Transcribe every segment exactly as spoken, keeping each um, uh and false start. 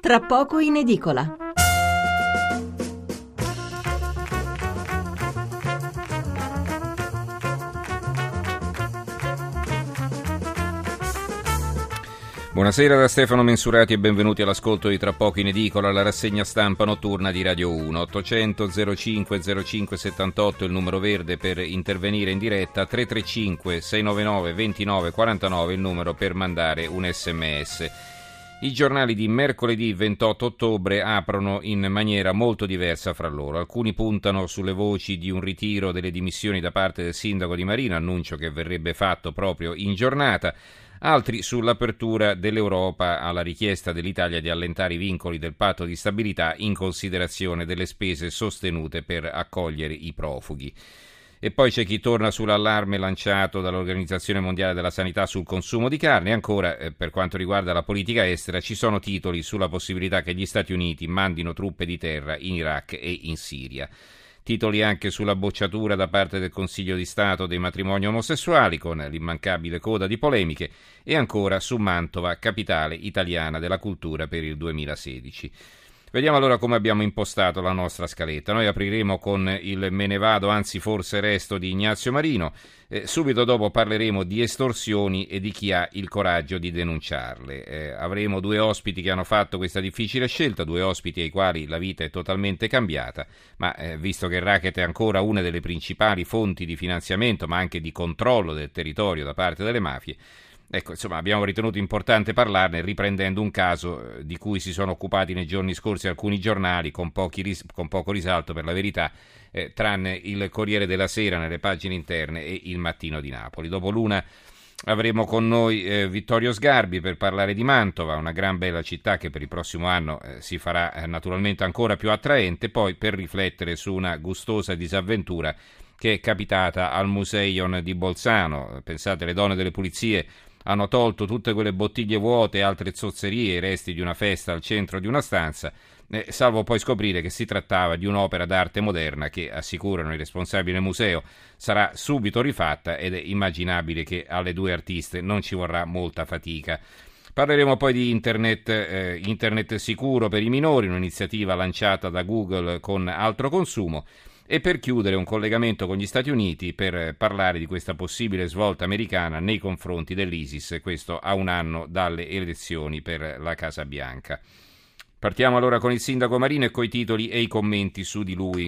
tra poco in edicola. Buonasera da Stefano Mensurati e benvenuti all'ascolto di Tra poco in edicola, la rassegna stampa notturna di Radio uno. ottocento zero cinque zero cinque settantotto il numero verde per intervenire in diretta, tre tre cinque sei nove nove due nove quattro nove il numero per mandare un sms. I giornali di mercoledì ventotto ottobre aprono in maniera molto diversa fra loro. Alcuni puntano sulle voci di un ritiro delle dimissioni da parte del sindaco di Marino, annuncio che verrebbe fatto proprio in giornata. Altri sull'apertura dell'Europa alla richiesta dell'Italia di allentare i vincoli del patto di stabilità in considerazione delle spese sostenute per accogliere i profughi. E poi c'è chi torna sull'allarme lanciato dall'Organizzazione Mondiale della Sanità sul consumo di carne. E ancora, eh, per quanto riguarda la politica estera, ci sono titoli sulla possibilità che gli Stati Uniti mandino truppe di terra in Iraq e in Siria. Titoli anche sulla bocciatura da parte del Consiglio di Stato dei matrimoni omosessuali, con l'immancabile coda di polemiche, e ancora su Mantova, capitale italiana della cultura per il duemilasedici. Vediamo allora come abbiamo impostato la nostra scaletta. Noi apriremo con il me ne vado, anzi forse resto di Ignazio Marino. Eh, subito dopo parleremo di estorsioni e di chi ha il coraggio di denunciarle. Eh, avremo due ospiti che hanno fatto questa difficile scelta, due ospiti ai quali la vita è totalmente cambiata, ma eh, visto che il racket è ancora una delle principali fonti di finanziamento, ma anche di controllo del territorio da parte delle mafie, ecco, insomma, abbiamo ritenuto importante parlarne riprendendo un caso di cui si sono occupati nei giorni scorsi alcuni giornali con, pochi ris- con poco risalto per la verità, eh, tranne il Corriere della Sera nelle pagine interne e il Mattino di Napoli. Dopo l'una avremo con noi eh, Vittorio Sgarbi per parlare di Mantova, una gran bella città che per il prossimo anno eh, si farà eh, naturalmente ancora più attraente, poi per riflettere su una gustosa disavventura che è capitata al Museion di Bolzano. Pensate, le donne delle pulizie hanno tolto tutte quelle bottiglie vuote e altre zozzerie, i resti di una festa al centro di una stanza, eh, salvo poi scoprire che si trattava di un'opera d'arte moderna che, assicurano i responsabili del museo, sarà subito rifatta ed è immaginabile che alle due artiste non ci vorrà molta fatica. Parleremo poi di internet, eh, internet sicuro per i minori, un'iniziativa lanciata da Google con Altro Consumo. E per chiudere un collegamento con gli Stati Uniti per parlare di questa possibile svolta americana nei confronti dell'ISIS, questo a un anno dalle elezioni per la Casa Bianca. Partiamo allora con il sindaco Marino e coi titoli e i commenti su di lui.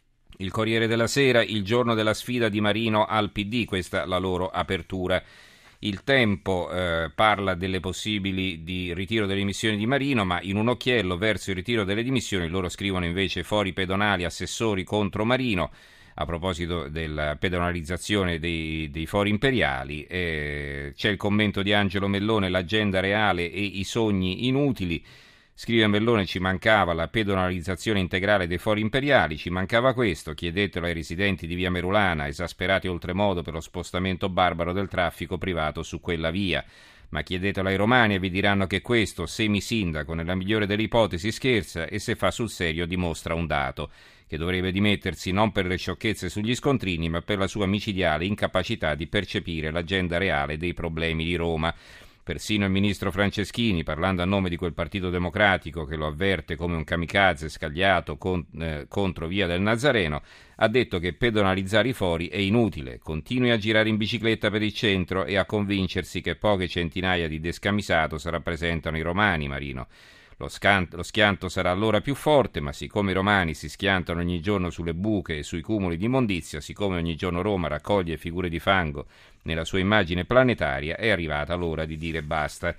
Il Corriere della Sera, il giorno della sfida di Marino al P D, questa la loro apertura. Il Tempo eh, parla delle possibili di ritiro delle dimissioni di Marino, ma in un occhiello verso il ritiro delle dimissioni loro scrivono invece fori pedonali, assessori contro Marino, a proposito della pedonalizzazione dei, dei fori imperiali. Eh, c'è il commento di Angelo Mellone, l'agenda reale e i sogni inutili. Scrive Mellone, ci mancava la pedonalizzazione integrale dei fori imperiali, ci mancava questo, chiedetelo ai residenti di via Merulana, esasperati oltremodo per lo spostamento barbaro del traffico privato su quella via. Ma chiedetelo ai romani e vi diranno che questo, semisindaco, nella migliore delle ipotesi scherza e se fa sul serio dimostra un dato, che dovrebbe dimettersi non per le sciocchezze sugli scontrini, ma per la sua micidiale incapacità di percepire l'agenda reale dei problemi di Roma. Persino il ministro Franceschini, parlando a nome di quel Partito Democratico che lo avverte come un kamikaze scagliato con, eh, contro via del Nazareno, ha detto che pedonalizzare i fori è inutile. Continui a girare in bicicletta per il centro e a convincersi che poche centinaia di descamisatos rappresentano i romani, Marino. Lo, scan- lo schianto sarà allora più forte, ma siccome i romani si schiantano ogni giorno sulle buche e sui cumuli di immondizia, siccome ogni giorno Roma raccoglie figure di fango nella sua immagine planetaria, è arrivata l'ora di dire basta.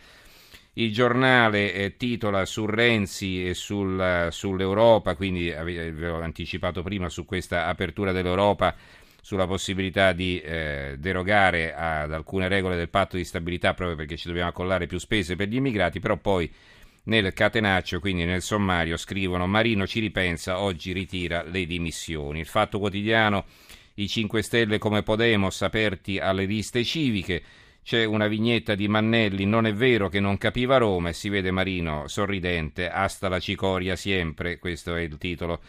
Il giornale eh, titola su Renzi e sul, sull'Europa, quindi avevo anticipato prima su questa apertura dell'Europa, sulla possibilità di eh, derogare ad alcune regole del patto di stabilità proprio perché ci dobbiamo accollare più spese per gli immigrati, però poi nel catenaccio, quindi nel sommario, scrivono Marino ci ripensa, oggi ritira le dimissioni. Il Fatto Quotidiano, i cinque Stelle come Podemos aperti alle liste civiche, c'è una vignetta di Mannelli, non è vero che non capiva Roma, e si vede Marino sorridente, hasta la cicoria sempre, questo è il titolo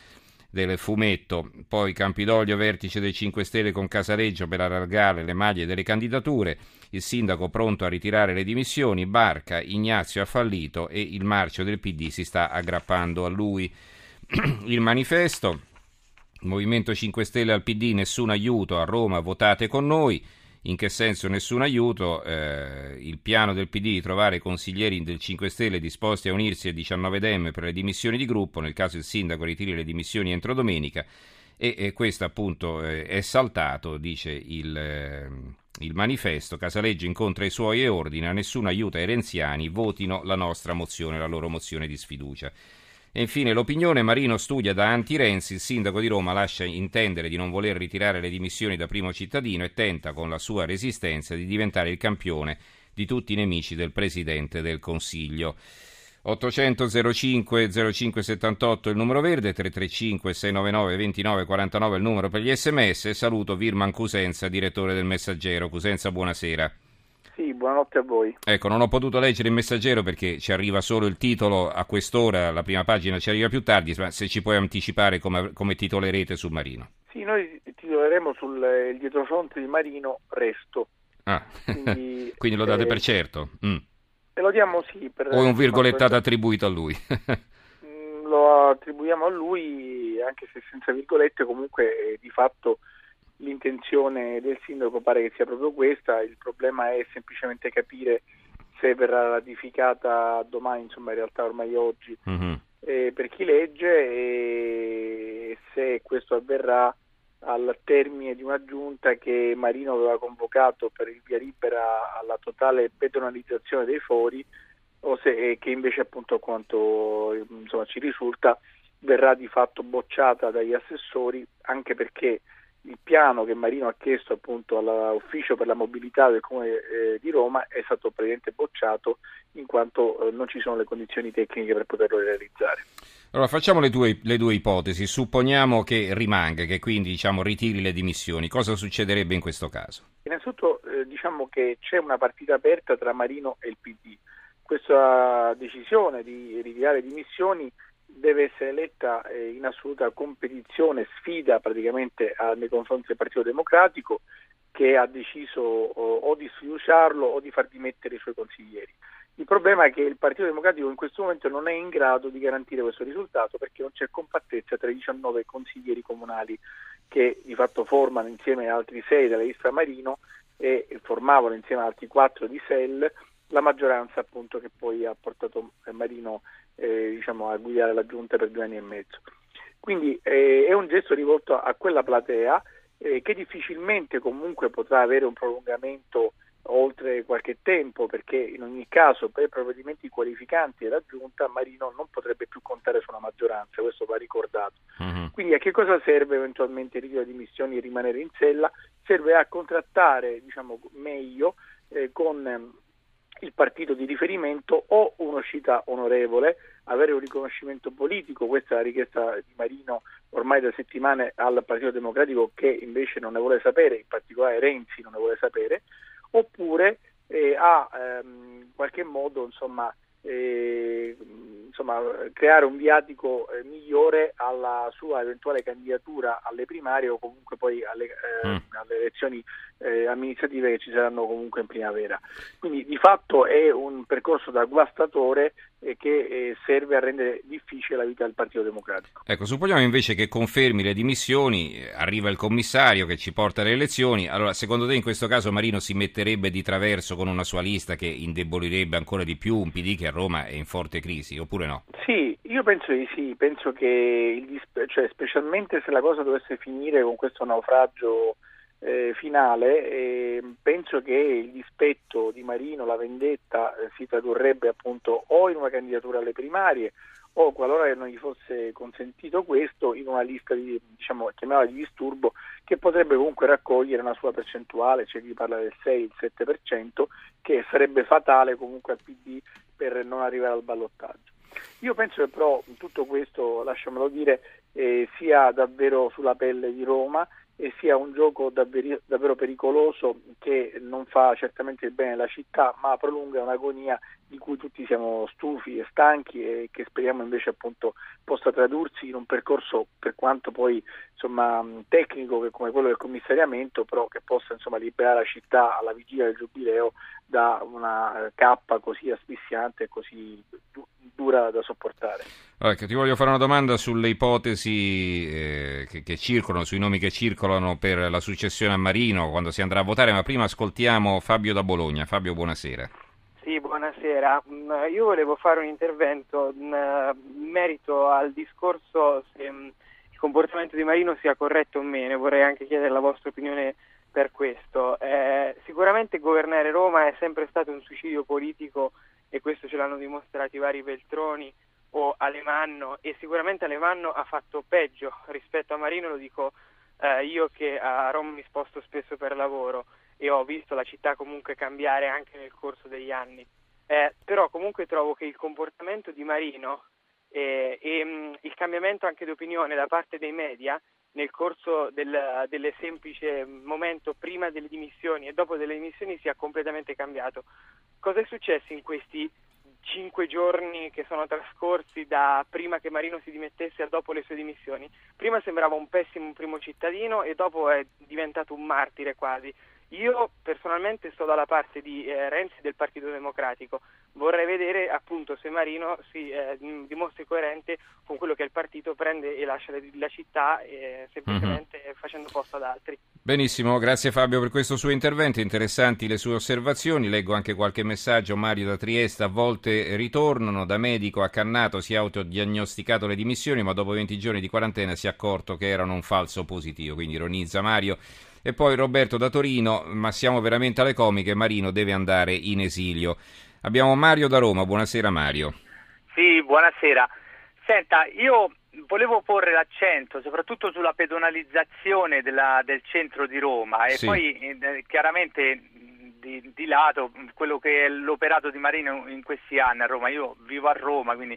del fumetto. Poi Campidoglio, vertice dei cinque Stelle con Casaleggio per allargare le maglie delle candidature, il sindaco pronto a ritirare le dimissioni, Barca, Ignazio ha fallito e il marcio del P D si sta aggrappando a lui. Il manifesto, Movimento cinque Stelle al P D, nessun aiuto, a Roma votate con noi. In che senso nessun aiuto? Eh, il piano del P D di trovare consiglieri del cinque Stelle disposti a unirsi al diciannove Dem per le dimissioni di gruppo, nel caso il sindaco ritiri le dimissioni entro domenica, e, e questo appunto eh, è saltato, dice il, eh, il manifesto. Casaleggio incontra i suoi e ordina nessun aiuto ai renziani, votino la nostra mozione, la loro mozione di sfiducia. E infine l'opinione, Marino studia da anti-Renzi, il sindaco di Roma lascia intendere di non voler ritirare le dimissioni da primo cittadino e tenta con la sua resistenza di diventare il campione di tutti i nemici del Presidente del Consiglio. ottocento zero cinque zero cinque settantotto il numero verde, tre tre cinque sei nove nove due nove quattro nove il numero per gli sms. Saluto Virman Cusenza, direttore del Messaggero. Cusenza, buonasera. Sì, buonanotte a voi. Ecco, non ho potuto leggere il Messaggero perché ci arriva solo il titolo a quest'ora, la prima pagina ci arriva più tardi, ma se ci puoi anticipare come, come titolerete su Marino. Sì, noi titoleremo sul eh, dietrofront di Marino Resto. Ah, quindi, quindi lo date eh, per certo? Mm. E lo diamo sì. Per, o è un virgolettato per... attribuito a lui? Lo attribuiamo a lui, anche se senza virgolette, comunque eh, di fatto l'intenzione del sindaco pare che sia proprio questa. Il problema è semplicemente capire se verrà ratificata domani, insomma in realtà ormai oggi, mm-hmm. eh, per chi legge, e se questo avverrà al termine di una giunta che Marino aveva convocato per il via libera alla totale pedonalizzazione dei fori, o se che invece, appunto, a quanto insomma ci risulta, verrà di fatto bocciata dagli assessori, anche perché il piano che Marino ha chiesto appunto all'ufficio per la mobilità del Comune eh, di Roma è stato praticamente bocciato, in quanto eh, non ci sono le condizioni tecniche per poterlo realizzare. Allora facciamo le due, le due ipotesi. Supponiamo che rimanga, che quindi diciamo ritiri le dimissioni. Cosa succederebbe in questo caso? Innanzitutto eh, diciamo che c'è una partita aperta tra Marino e il P D. Questa decisione di ritirare dimissioni deve essere letta eh, in assoluta competizione, sfida praticamente a, nei confronti del Partito Democratico, che ha deciso o, o di sfiduciarlo o di far dimettere i suoi consiglieri. Il problema è che il Partito Democratico in questo momento non è in grado di garantire questo risultato, perché non c'è compattezza tra i diciannove consiglieri comunali che di fatto formano insieme ad altri sei della lista Marino e formavano insieme ad altri quattro di S E L la maggioranza, appunto, che poi ha portato Marino eh, diciamo a guidare la giunta per due anni e mezzo. Quindi eh, è un gesto rivolto a, a quella platea eh, che difficilmente comunque potrà avere un prolungamento oltre qualche tempo, perché in ogni caso per provvedimenti qualificanti della giunta Marino non potrebbe più contare su una maggioranza, questo va ricordato. Uh-huh. Quindi a che cosa serve eventualmente il ritiro di dimissioni e rimanere in sella? Serve a contrattare, diciamo, meglio eh, con eh, il partito di riferimento, o un'uscita onorevole, avere un riconoscimento politico. Questa è la richiesta di Marino ormai da settimane al Partito Democratico, che invece non ne vuole sapere, in particolare Renzi non ne vuole sapere, oppure eh, a ehm, in qualche modo insomma, eh, insomma creare un viatico eh, migliore alla sua eventuale candidatura alle primarie o comunque poi alle, eh, mm. alle elezioni eh, amministrative che ci saranno comunque in primavera. Quindi di fatto è un percorso da guastatore eh, che eh, serve a rendere difficile la vita del Partito Democratico. Ecco, supponiamo invece che confermi le dimissioni, eh, arriva il commissario che ci porta alle elezioni. Allora, secondo te in questo caso Marino si metterebbe di traverso con una sua lista che indebolirebbe ancora di più un P D che a Roma è in forte crisi, oppure no? Sì, io penso di sì, penso che il, cioè, specialmente se la cosa dovesse finire con questo naufragio eh, finale, eh, penso che il dispetto di Marino, la vendetta, eh, si tradurrebbe appunto o in una candidatura alle primarie o, qualora non gli fosse consentito questo, in una lista di, diciamo, chiamiamola di disturbo, che potrebbe comunque raccogliere una sua percentuale, c'è chi parla del sei, il sette per cento, che sarebbe fatale comunque al P D per non arrivare al ballottaggio. Io penso che però tutto questo, lasciamelo dire, eh, sia davvero sulla pelle di Roma, e sia un gioco davvero, davvero pericoloso che non fa certamente il bene alla città, ma prolunga un'agonia di cui tutti siamo stufi e stanchi e che speriamo invece appunto possa tradursi in un percorso, per quanto poi insomma tecnico come quello del commissariamento, però che possa insomma liberare la città alla vigilia del Giubileo da una cappa così asfissiante e così du- dura da sopportare. Allora, ti voglio fare una domanda sulle ipotesi eh, che, che circolano, sui nomi che circolano per la successione a Marino quando si andrà a votare, ma prima ascoltiamo Fabio da Bologna. Fabio, buonasera. Sì, buonasera. Io volevo fare un intervento in merito al discorso se il comportamento di Marino sia corretto o meno. Vorrei anche chiedere la vostra opinione per questo. Eh, sicuramente governare Roma è sempre stato un suicidio politico e questo ce l'hanno dimostrato i vari Veltroni o Alemanno, e sicuramente Alemanno ha fatto peggio rispetto a Marino, lo dico eh, io che a Roma mi sposto spesso per lavoro e ho visto la città comunque cambiare anche nel corso degli anni. Eh, però comunque trovo che il comportamento di Marino eh, e mh, il cambiamento anche di opinione da parte dei media nel corso del, del semplice momento prima delle dimissioni e dopo delle dimissioni sia completamente cambiato. Cosa è successo in questi cinque giorni che sono trascorsi da prima che Marino si dimettesse a dopo le sue dimissioni? Prima sembrava un pessimo primo cittadino e dopo è diventato un martire quasi. Io personalmente sto dalla parte di eh, Renzi e del Partito Democratico. Vorrei vedere appunto se Marino si eh, dimostri coerente con quello che il partito prende e lascia la città eh, semplicemente mm-hmm. facendo posto ad altri. Benissimo, grazie Fabio per questo suo intervento, interessanti le sue osservazioni. Leggo anche qualche messaggio. Mario da Trieste: a volte ritornano, da medico accannato si è autodiagnosticato le dimissioni ma dopo venti giorni di quarantena si è accorto che erano un falso positivo, quindi ironizza Mario. E poi Roberto da Torino: ma siamo veramente alle comiche, Marino deve andare in esilio. Abbiamo Mario da Roma, buonasera Mario. Sì, buonasera. Senta, io volevo porre l'accento soprattutto sulla pedonalizzazione della, del centro di Roma e sì. poi eh, chiaramente di, di lato quello che è l'operato di Marino in questi anni a Roma. Io vivo a Roma, quindi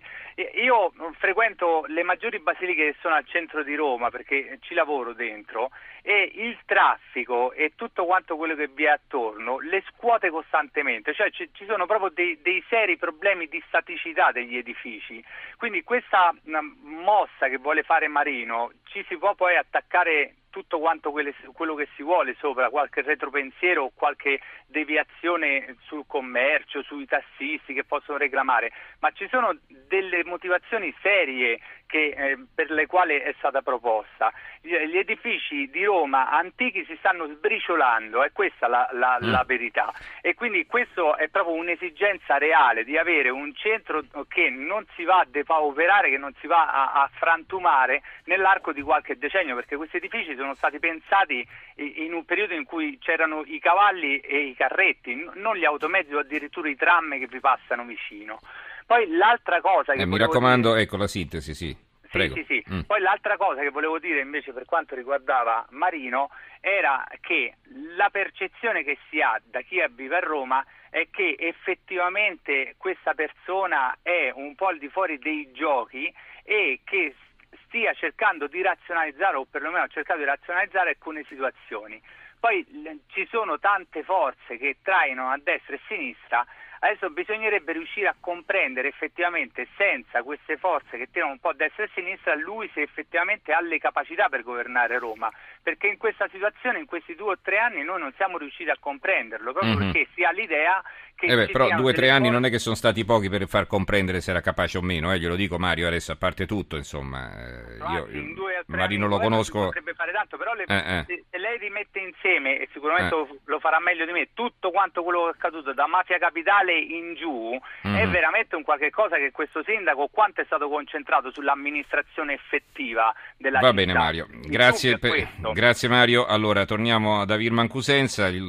io frequento le maggiori basiliche che sono al centro di Roma perché ci lavoro dentro, e il traffico e tutto quanto quello che vi è attorno le scuote costantemente, cioè ci, ci sono proprio dei, dei seri problemi di staticità degli edifici. Quindi questa mossa che vuole fare Marino ci si può poi attaccare tutto quanto quelle, quello che si vuole sopra, qualche retropensiero o qualche deviazione sul commercio, sui tassisti che possono reclamare, ma ci sono delle motivazioni serie che, eh, per le quali è stata proposta. Gli, gli edifici di Roma antichi si stanno sbriciolando, è questa la, la, mm. la verità, e quindi questo è proprio un'esigenza reale di avere un centro che non si va a depauperare, che non si va a, a frantumare nell'arco di qualche decennio, perché questi edifici sono stati pensati in un periodo in cui c'erano i cavalli e i carretti, non gli automezzi o addirittura i tram che vi passano vicino. Poi l'altra cosa che eh, mi raccomando, dire... ecco la sintesi, sì. Prego. Sì, sì, sì. Mm. Poi l'altra cosa che volevo dire invece per quanto riguardava Marino era che la percezione che si ha da chi vive a Roma è che effettivamente questa persona è un po' al di fuori dei giochi e che stia cercando di razionalizzare, o perlomeno ha cercato di razionalizzare alcune situazioni. Poi ci sono tante forze che trainano a destra e a sinistra. Adesso bisognerebbe riuscire a comprendere effettivamente, senza queste forze che tirano un po' a destra e a sinistra, lui se effettivamente ha le capacità per governare Roma, perché in questa situazione, in questi due o tre anni, noi non siamo riusciti a comprenderlo, proprio mm-hmm. perché si ha l'idea che eh beh, ci però due o tre anni forze... non è che sono stati pochi per far comprendere se era capace o meno, eh, glielo dico Mario, adesso a parte tutto, insomma, eh, io, in due o tre Marino anni lo conosco... potrebbe fare tanto, però le, eh, eh. se, se lei rimette insieme, e sicuramente eh. lo farà meglio di me, tutto quanto quello che è accaduto da Mafia Capitale in giù, mm-hmm. è veramente un qualche cosa che questo sindaco quanto è stato concentrato sull'amministrazione effettiva della Va città. bene Mario, grazie, per, grazie Mario. Allora torniamo a Virman Cusenza, gli,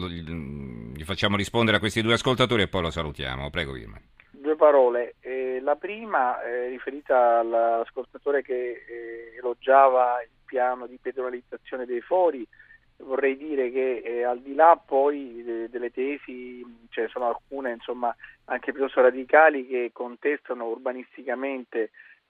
gli facciamo rispondere a questi due ascoltatori e poi lo salutiamo. Prego Virman. Due parole, eh, la prima è riferita all'ascoltatore che eh, elogiava il piano di pedonalizzazione dei fori. Vorrei dire che eh, al di là poi de- delle tesi, ce ne sono alcune insomma anche piuttosto radicali che contestano urbanisticamente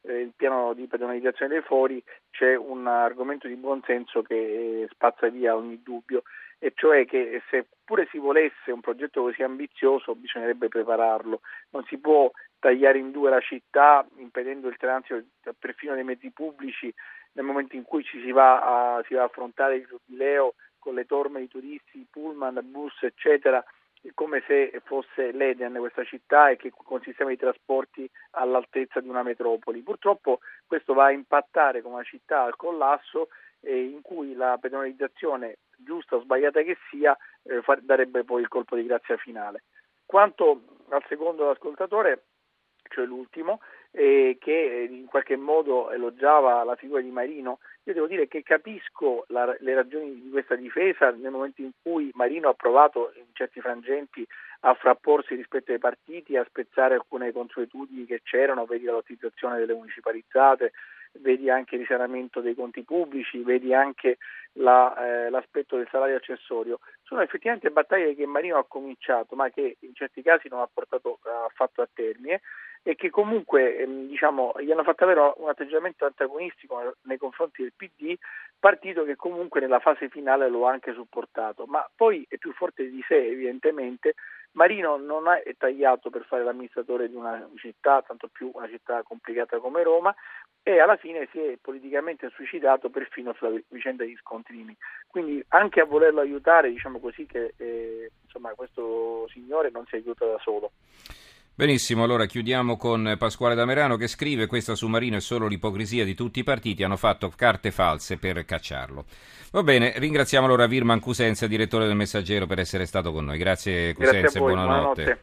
eh, il piano di pedonalizzazione dei fori c'è un argomento di buonsenso che spazza via ogni dubbio, e cioè che se pure si volesse un progetto così ambizioso bisognerebbe prepararlo. Non si può tagliare in due la città impedendo il transito perfino dei mezzi pubblici nel momento in cui ci si va a, si va a affrontare il giubileo con le torme di turisti, pullman, bus, eccetera, come se fosse l'Eden questa città e che con sistemi di trasporti all'altezza di una metropoli. Purtroppo questo va a impattare con una città al collasso eh, in cui la pedonalizzazione, giusta o sbagliata che sia, eh, far, darebbe poi il colpo di grazia finale. Quanto al secondo ascoltatore, cioè l'ultimo, eh, che in qualche modo elogiava la figura di Marino, io devo dire che capisco la, le ragioni di questa difesa nel momento in cui Marino ha provato in certi frangenti a frapporsi rispetto ai partiti, a spezzare alcune consuetudini che c'erano, vedi la lottizzazione delle municipalizzate, vedi anche il risanamento dei conti pubblici, vedi anche la, eh, l'aspetto del salario accessorio. Sono effettivamente battaglie che Marino ha cominciato ma che in certi casi non ha portato affatto a termine, e che comunque ehm, diciamo gli hanno fatto avere un atteggiamento antagonistico nei confronti del P D, partito che comunque nella fase finale lo ha anche supportato, ma poi è più forte di sé evidentemente. Marino non è tagliato per fare l'amministratore di una città, tanto più una città complicata come Roma, e alla fine si è politicamente suicidato perfino sulla vicenda degli scontrini. Quindi anche a volerlo aiutare, diciamo così, che eh, insomma questo signore non si aiuta da solo. Benissimo, allora chiudiamo con Pasquale Damerano che scrive: questa su Marino è solo l'ipocrisia di tutti i partiti, hanno fatto carte false per cacciarlo. Va bene, ringraziamo allora Virman Cusenza, direttore del Messaggero, per essere stato con noi. Grazie Cusenza e buonanotte. buonanotte.